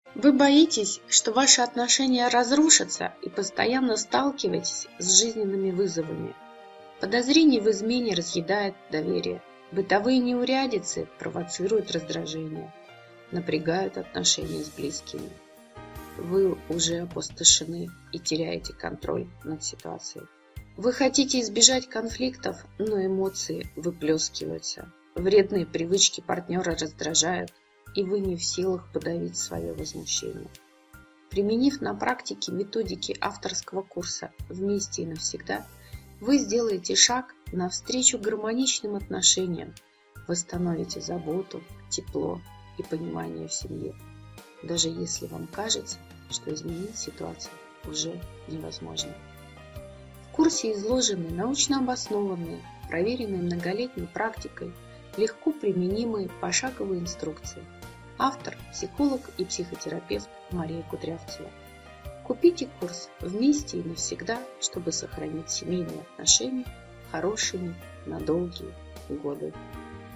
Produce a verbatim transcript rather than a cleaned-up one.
Вы боитесь, что ваши отношения разрушатся и постоянно сталкиваетесь с жизненными вызовами. Подозрение в измене разъедает доверие. Бытовые неурядицы провоцируют раздражение, напрягают отношения с близкими. Вы уже опустошены и теряете контроль над ситуацией. Вы хотите избежать конфликтов, но эмоции выплескиваются. Вредные привычки партнера раздражают, и вы не в силах подавить свое возмущение. Применив на практике методики авторского курса «Вместе и навсегда», вы сделаете шаг навстречу гармоничным отношениям, восстановите заботу, тепло и понимание в семье, даже если вам кажется, что изменить ситуацию уже невозможно. В курсе изложены научно обоснованные, проверенные многолетней практикой, легко применимые пошаговые инструкции. Автор – психолог и психотерапевт Мария Кудрявцева. Купите курс «Вместе и навсегда», чтобы сохранить семейные отношения хорошими на долгие годы.